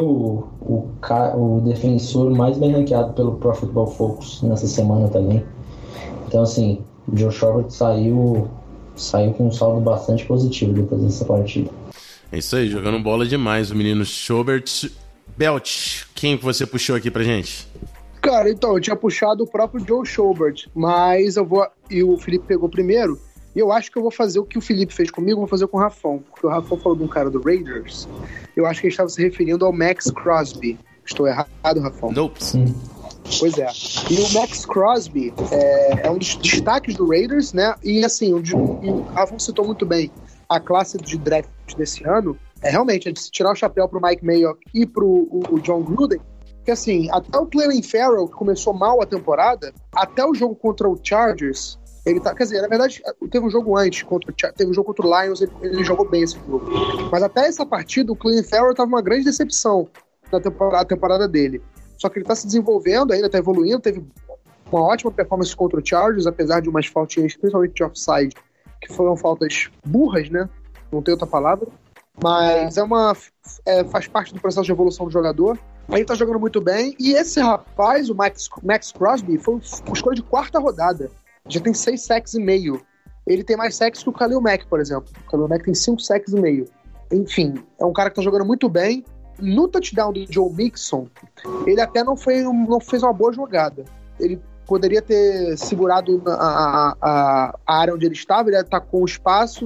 o defensor mais bem ranqueado pelo Pro Football Focus nessa semana também. Então, assim, o Joe Schobert saiu com um saldo bastante positivo depois dessa partida. É isso aí, jogando bola demais o menino Schobert. Belt, quem você puxou aqui pra gente? Cara, então, eu tinha puxado o próprio Joe Schobert, mas e o Felipe pegou primeiro, e eu acho que eu vou fazer o que o Felipe fez comigo, vou fazer com o Rafão, porque o Rafão falou de um cara do Raiders, eu acho que ele estava se referindo ao Max Crosby. Estou errado, Rafão? Nope. Pois é. E o Max Crosby é um dos destaques do Raiders, né? E assim, o Rafão citou muito bem, a classe de draft desse ano realmente de se tirar o chapéu pro Mike Mayock e pro John Gruden, porque assim, até o Clelin Ferrell, que começou mal a temporada, até o jogo contra o Chargers, ele tá, quer dizer, na verdade, teve um jogo antes, teve um jogo contra o Lions, ele jogou bem esse jogo. Mas até essa partida, o Clelin Ferrell tava uma grande decepção na temporada dele. Só que ele tá se desenvolvendo ainda, tá evoluindo, teve uma ótima performance contra o Chargers, apesar de umas faltinhas, principalmente de offside, que foram faltas burras, né? Não tem outra palavra. Mas faz parte do processo de evolução do jogador. Ele tá jogando muito bem. E esse rapaz, o Max Crosby, foi escolha de 4ª rodada. Já tem 6 sacks e meio. Ele tem mais sacks que o Khalil Mack, por exemplo. O Khalil Mack tem 5 sacks e meio. Enfim, é um cara que tá jogando muito bem. No touchdown do Joe Mixon, ele até não fez uma boa jogada. Ele poderia ter segurado a área onde ele estava, ele atacou o espaço,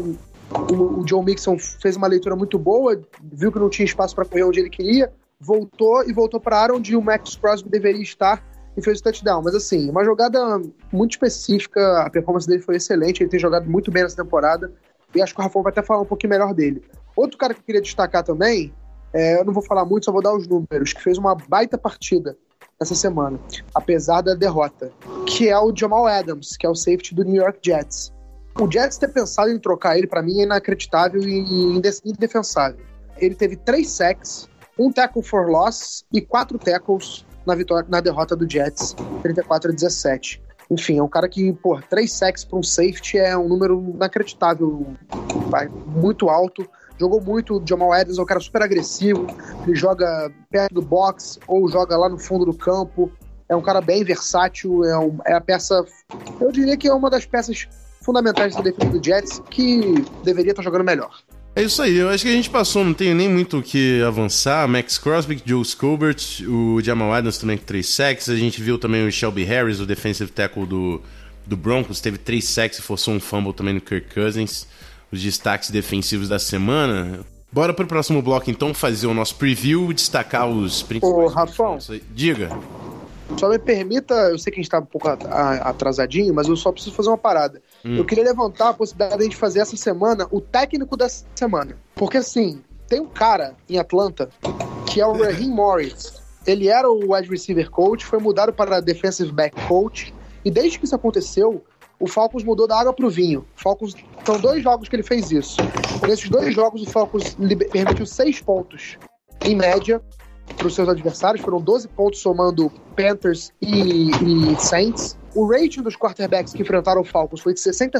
o Joe Mixon fez uma leitura muito boa, viu que não tinha espaço para correr onde ele queria, voltou para a área onde o Max Crosby deveria estar e fez o touchdown. Mas assim, uma jogada muito específica, a performance dele foi excelente, ele tem jogado muito bem nessa temporada, e acho que o Rafael vai até falar um pouquinho melhor dele. Outro cara que eu queria destacar também, eu não vou falar muito, só vou dar os números, que fez uma baita partida essa semana, apesar da derrota, que é o Jamal Adams, que é o safety do New York Jets. O Jets ter pensado em trocar ele, pra mim, é inacreditável e indefensável. Ele teve 3 sacks, 1 tackle for loss e 4 tackles na derrota do Jets, 34-17. Enfim, é um cara que, 3 sacks pra um safety é um número inacreditável, muito alto. Jogou muito, o Jamal Adams é um cara super agressivo, ele joga perto do box ou joga lá no fundo do campo, é um cara bem versátil, é a peça, eu diria que é uma das peças fundamentais da defesa do Jets, que deveria estar jogando melhor. É isso aí, eu acho que a gente passou, não tenho nem muito o que avançar. Max Crosby, Joe Schobert, o Jamal Adams também com 3 sacks, a gente viu também o Shelby Harris, o defensive tackle do Broncos, teve 3 sacks e forçou um fumble também no Kirk Cousins. Os destaques defensivos da semana. Bora pro próximo bloco, então, fazer o nosso preview, destacar os principais... Ô, Rafão, diga. Só me permita, eu sei que a gente tá um pouco atrasadinho, mas eu só preciso fazer uma parada. Eu queria levantar a possibilidade de a gente fazer essa semana o técnico da semana. Porque, assim, tem um cara em Atlanta que é o Raheem Morris. Ele era o wide receiver coach, foi mudado para defensive back coach, e desde que isso aconteceu, o Falcons mudou da água pro vinho. São 2 jogos que ele fez isso. Nesses 2 jogos, o Falcons permitiu 6 pontos, em média, para os seus adversários. Foram 12 pontos somando Panthers e Saints. O rating dos quarterbacks que enfrentaram o Falcons foi de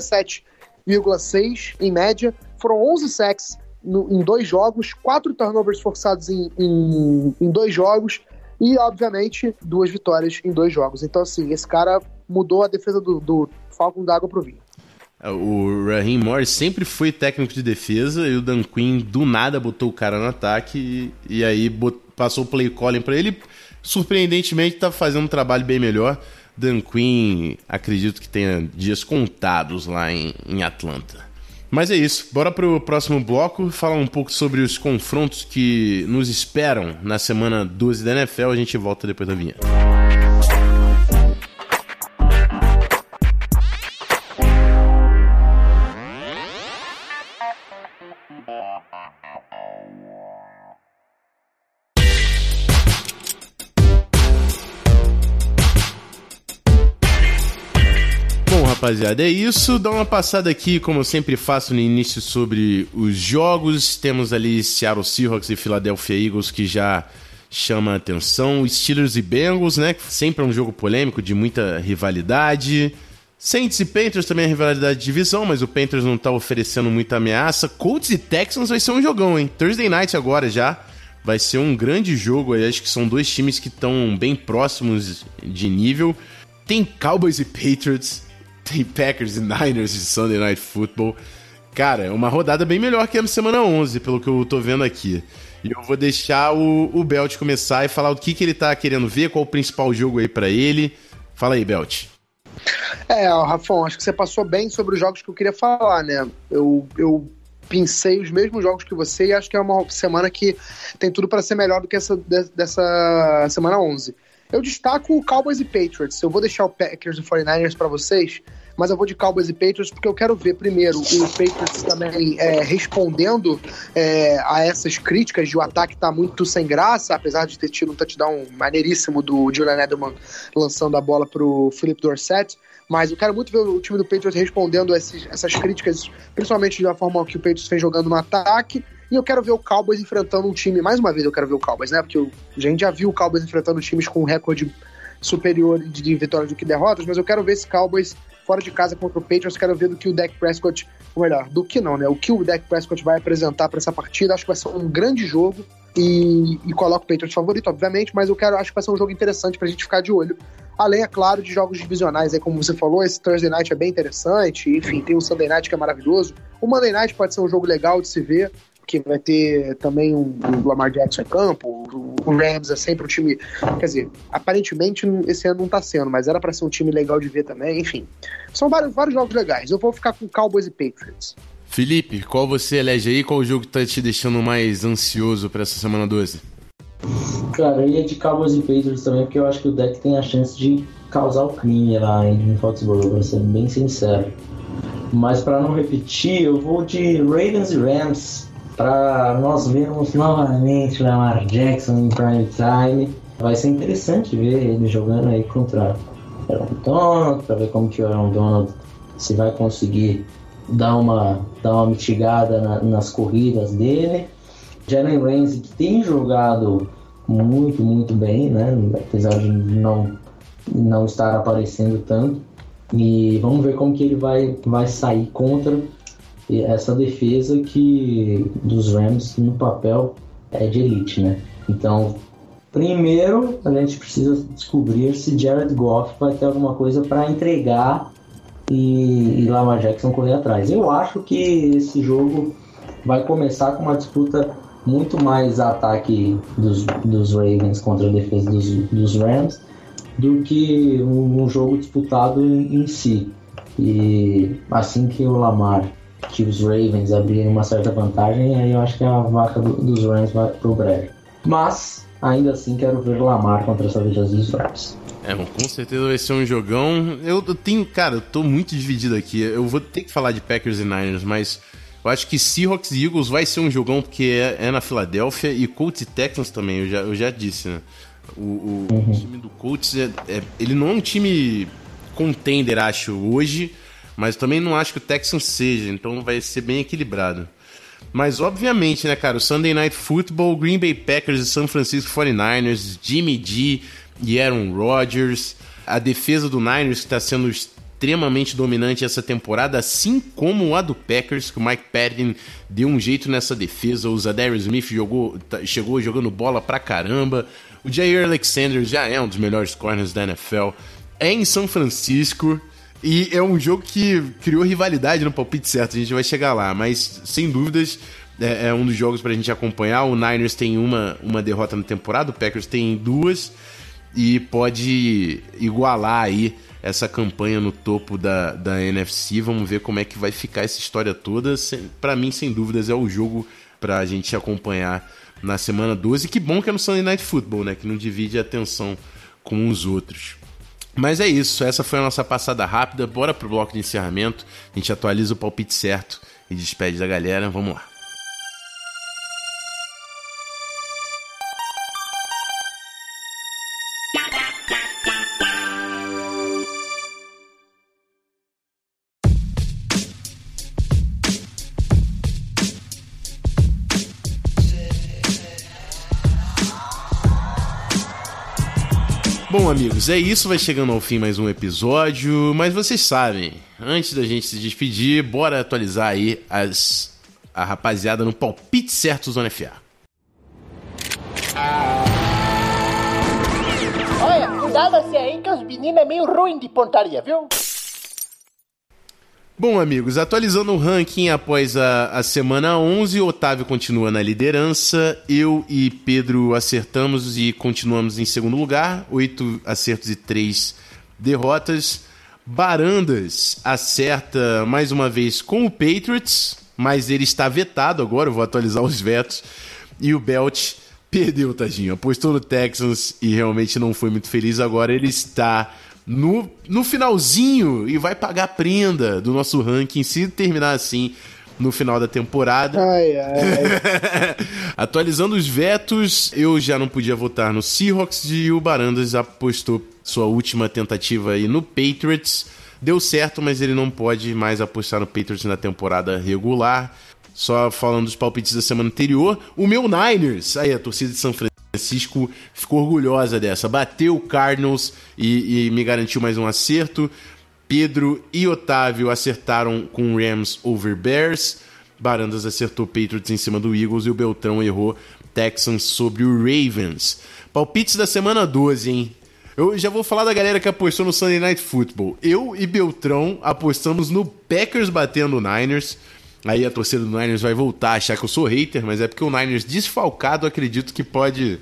67,6 em média. Foram 11 sacks em 2 jogos, 4 turnovers forçados em 2 jogos e, obviamente, 2 vitórias em 2 jogos. Então, assim, esse cara mudou a defesa do Falcons da água pro vinho. O Raheem Morris sempre foi técnico de defesa e o Dan Quinn do nada botou o cara no ataque e aí passou o play calling pra ele. Surpreendentemente tá fazendo um trabalho bem melhor. Dan Quinn, acredito que tenha dias contados lá em Atlanta. Mas é isso, bora pro próximo bloco, falar um pouco sobre os confrontos que nos esperam na semana 12 da NFL. A gente volta depois da vinheta. rapaziada, é isso. Dá uma passada aqui, como eu sempre faço no início, sobre os jogos. Temos ali Seattle Seahawks e Philadelphia Eagles, que já chama a atenção. Steelers e Bengals, né? Sempre é um jogo polêmico, de muita rivalidade. Saints e Panthers também é rivalidade de divisão, mas o Panthers não tá oferecendo muita ameaça. Colts e Texans vai ser um jogão, hein? Thursday Night agora já. Vai ser um grande jogo. Eu acho que são dois times que estão bem próximos de nível. Tem Cowboys e Patriots. Tem Packers e Niners de Sunday Night Football. Cara, é uma rodada bem melhor que a semana 11, pelo que eu tô vendo aqui. E eu vou deixar o Belt começar e falar o que ele tá querendo ver, qual o principal jogo aí pra ele. Fala aí, Belt. Rafão, acho que você passou bem sobre os jogos que eu queria falar, né? Eu pensei os mesmos jogos que você e acho que é uma semana que tem tudo para ser melhor do que dessa semana 11. Eu destaco o Cowboys e Patriots. Eu vou deixar o Packers e 49ers para vocês, mas eu vou de Cowboys e Patriots porque eu quero ver primeiro o Patriots também respondendo a essas críticas de o ataque tá muito sem graça, apesar de ter tido um touchdown maneiríssimo do Julian Edelman lançando a bola pro Philip Dorsett. Mas eu quero muito ver o time do Patriots respondendo essas críticas, principalmente da forma que o Patriots vem jogando no ataque. E eu quero ver o Cowboys enfrentando um time, mais uma vez eu quero ver o Cowboys, né? Porque a gente já viu o Cowboys enfrentando times com um recorde superior de vitórias do que derrotas, mas eu quero ver esse Cowboys fora de casa contra o Patriots, quero ver do que o Dak Prescott, ou melhor, do que não, né? O que o Dak Prescott vai apresentar para essa partida. Acho que vai ser um grande jogo e coloco o Patriots favorito, obviamente, mas acho que vai ser um jogo interessante pra gente ficar de olho. Além, é claro, de jogos divisionais, aí, como você falou, esse Thursday Night é bem interessante, enfim, tem o Sunday Night que é maravilhoso. O Monday Night pode ser um jogo legal de se ver, que vai ter também o Lamar Jackson em campo, o Rams é sempre um time, quer dizer, aparentemente esse ano não tá sendo, mas era pra ser um time legal de ver também, enfim. São vários jogos legais, eu vou ficar com Cowboys e Patriots. Felipe, qual você elege aí? Qual o jogo que tá te deixando mais ansioso pra essa semana 12? Cara, eu ia de Cowboys e Patriots também, porque eu acho que o Dak tem a chance de causar o crime lá em Foxborough, pra ser bem sincero. Mas pra não repetir, eu vou de Ravens e Rams, para nós vermos novamente o Lamar Jackson em prime time. Vai ser interessante ver ele jogando aí contra o Aaron Donald, para ver como que o Aaron Donald se vai conseguir dar uma mitigada nas corridas dele. Jalen Ramsey, que tem jogado muito, muito bem, né? Apesar de não estar aparecendo tanto. E vamos ver como que ele vai sair contra essa defesa que dos Rams no papel é de elite, né? Então, primeiro a gente precisa descobrir se Jared Goff vai ter alguma coisa para entregar e Lamar Jackson correr atrás. Eu acho que esse jogo vai começar com uma disputa muito mais ataque dos Ravens contra a defesa dos Rams do que um jogo disputado em si. E assim que o Lamar, que os Ravens abrirem uma certa vantagem, aí eu acho que a vaca dos Rams vai pro brejo. Mas, ainda assim, quero ver o Lamar contra essa defesa dos Rams. Com certeza vai ser um jogão. Eu tô muito dividido aqui. Eu vou ter que falar de Packers e Niners, mas eu acho que Seahawks e Eagles vai ser um jogão porque é na Filadélfia, e Colts e Texans também, eu já disse, né? O time do Colts, ele não é um time contender, acho, hoje, mas também não acho que o Texans seja, então vai ser bem equilibrado. Mas, obviamente, né, cara, o Sunday Night Football, Green Bay Packers e San Francisco 49ers, Jimmy G e Aaron Rodgers, a defesa do Niners que está sendo extremamente dominante essa temporada, assim como a do Packers, que o Mike Patton deu um jeito nessa defesa, o Zadarius Smith chegou jogando bola pra caramba, o Jair Alexander já é um dos melhores corners da NFL, é em São Francisco, e é um jogo que criou rivalidade no palpite certo, a gente vai chegar lá, mas sem dúvidas é um dos jogos pra gente acompanhar. O Niners tem uma derrota na temporada, o Packers tem 2, e pode igualar aí essa campanha no topo da NFC. Vamos ver como é que vai ficar essa história toda. Pra mim, sem dúvidas, é o jogo pra gente acompanhar na semana 12. Que bom que é no Sunday Night Football, né? Que não divide a atenção com os outros. Mas é isso, essa foi a nossa passada rápida. Bora pro bloco de encerramento. A gente atualiza o palpite certo e despede da galera. Vamos lá. Bom, amigos, é isso, vai chegando ao fim mais um episódio, mas vocês sabem, antes da gente se despedir, bora atualizar aí a rapaziada no palpite certo Zona FA. Olha, cuidado-se aí que os meninos é meio ruim de pontaria, viu? Bom, amigos, atualizando o ranking após a semana 11, o Otávio continua na liderança, eu e Pedro acertamos e continuamos em segundo lugar, 8 acertos e 3 derrotas. Barandas acerta mais uma vez com o Patriots, mas ele está vetado agora, eu vou atualizar os vetos, e o Belt perdeu, tadinho, apostou no Texans e realmente não foi muito feliz, agora ele está no finalzinho e vai pagar a prenda do nosso ranking se terminar assim no final da temporada. Ai. Atualizando os vetos, eu já não podia votar no Seahawks e o Barandas apostou sua última tentativa aí no Patriots. Deu certo, mas ele não pode mais apostar no Patriots na temporada regular. Só falando dos palpites da semana anterior, o meu Niners, aí a torcida de São Francisco ficou orgulhosa dessa, bateu o Cardinals e me garantiu mais um acerto. Pedro e Otávio acertaram com Rams over Bears, Barandas acertou Patriots em cima do Eagles e o Beltrão errou Texans sobre o Ravens. Palpites da semana 12, hein? Eu já vou falar da galera que apostou no Sunday Night Football. Eu e Beltrão apostamos no Packers batendo o Niners. Aí a torcida do Niners vai voltar a achar que eu sou hater, mas é porque o Niners desfalcado acredito que pode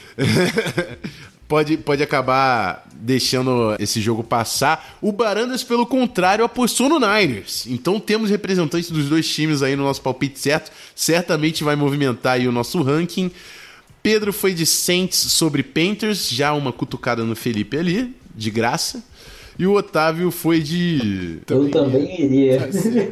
acabar deixando esse jogo passar. O Barandas, pelo contrário, apostou no Niners. Então temos representantes dos dois times aí no nosso palpite certo. Certamente vai movimentar aí o nosso ranking. Pedro foi de Saints sobre Panthers, já uma cutucada no Felipe ali, de graça. E o Otávio foi de... Eu também iria.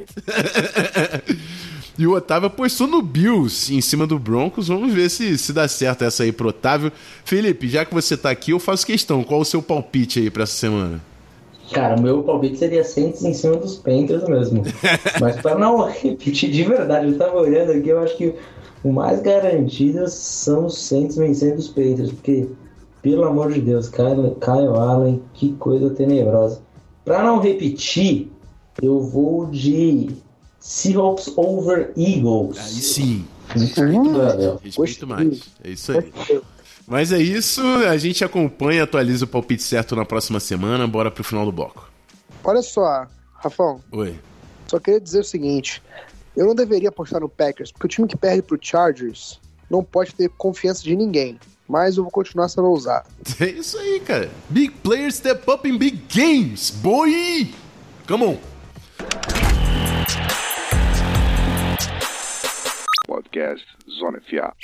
E o Otávio apostou no Bills em cima do Broncos. Vamos ver se dá certo essa aí pro Otávio. Felipe, já que você tá aqui, eu faço questão. Qual o seu palpite aí pra essa semana? Cara, o meu palpite seria Saints em cima dos Panthers mesmo. Mas pra não repetir de verdade, eu tava olhando aqui, eu acho que o mais garantido são os Saints vencendo os Panthers, porque... Pelo amor de Deus, Kyle Allen, que coisa tenebrosa. Pra não repetir, eu vou de Seahawks over Eagles. Aí sim. Respeito mais. É isso aí. Mas é isso, a gente acompanha, atualiza o palpite certo na próxima semana. Bora pro final do bloco. Olha só, Rafão. Oi. Só queria dizer o seguinte. Eu não deveria apostar no Packers, porque o time que perde pro Chargers não pode ter confiança de ninguém. Mas eu vou continuar sendo ousado. É isso aí, cara. Big players step up in big games, boy! Come on! Podcast Zona FA.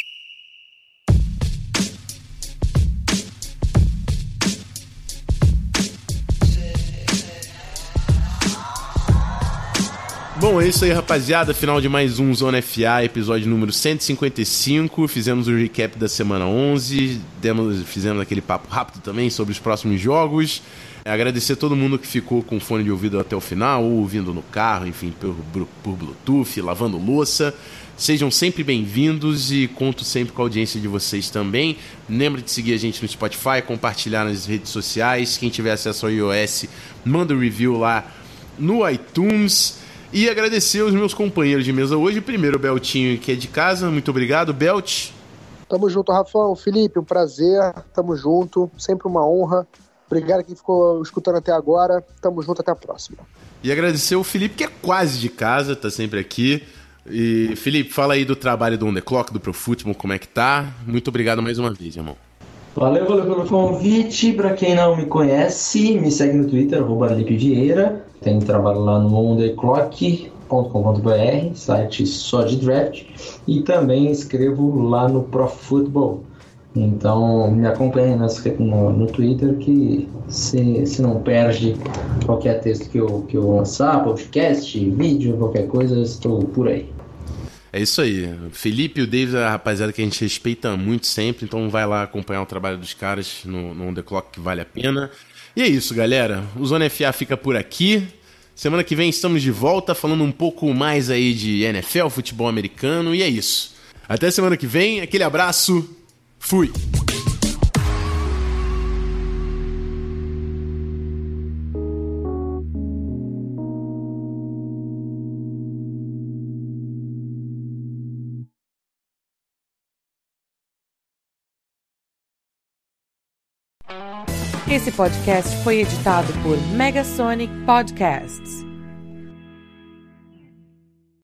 Bom, é isso aí, rapaziada. Final de mais um Zona FA, episódio número 155. Fizemos o recap da semana 11. Fizemos aquele papo rápido também sobre os próximos jogos. Agradecer a todo mundo que ficou com fone de ouvido até o final, ou ouvindo no carro, enfim, por Bluetooth, lavando louça. Sejam sempre bem-vindos e conto sempre com a audiência de vocês também. Lembre de seguir a gente no Spotify, compartilhar nas redes sociais. Quem tiver acesso ao iOS, manda um review lá no iTunes. E agradecer aos meus companheiros de mesa hoje. Primeiro o Beltinho, que é de casa. Muito obrigado, Belt. Tamo junto, Rafão. Felipe, um prazer. Tamo junto. Sempre uma honra. Obrigado a quem ficou escutando até agora. Tamo junto, até a próxima. E agradecer ao Felipe, que é quase de casa, tá sempre aqui. E, Felipe, fala aí do trabalho do On The Clock, do Pro Football, como é que tá. Muito obrigado mais uma vez, irmão. Valeu pelo convite. Pra quem não me conhece, me segue no Twitter, @LipeVieira. Tem trabalho lá no ontheclock.com.br, site só de draft. E também escrevo lá no Pro Football. Então me acompanhe no Twitter, que se não perde qualquer texto que eu lançar, podcast, vídeo, qualquer coisa, eu estou por aí. É isso aí. O Felipe e o David é a rapaziada que a gente respeita muito sempre, então vai lá acompanhar o trabalho dos caras no On The Clock, que vale a pena. E é isso, galera. O Zona FA fica por aqui. Semana que vem estamos de volta falando um pouco mais aí de NFL, futebol americano, e é isso. Até semana que vem, aquele abraço, fui! Esse podcast foi editado por Megasonic Podcasts.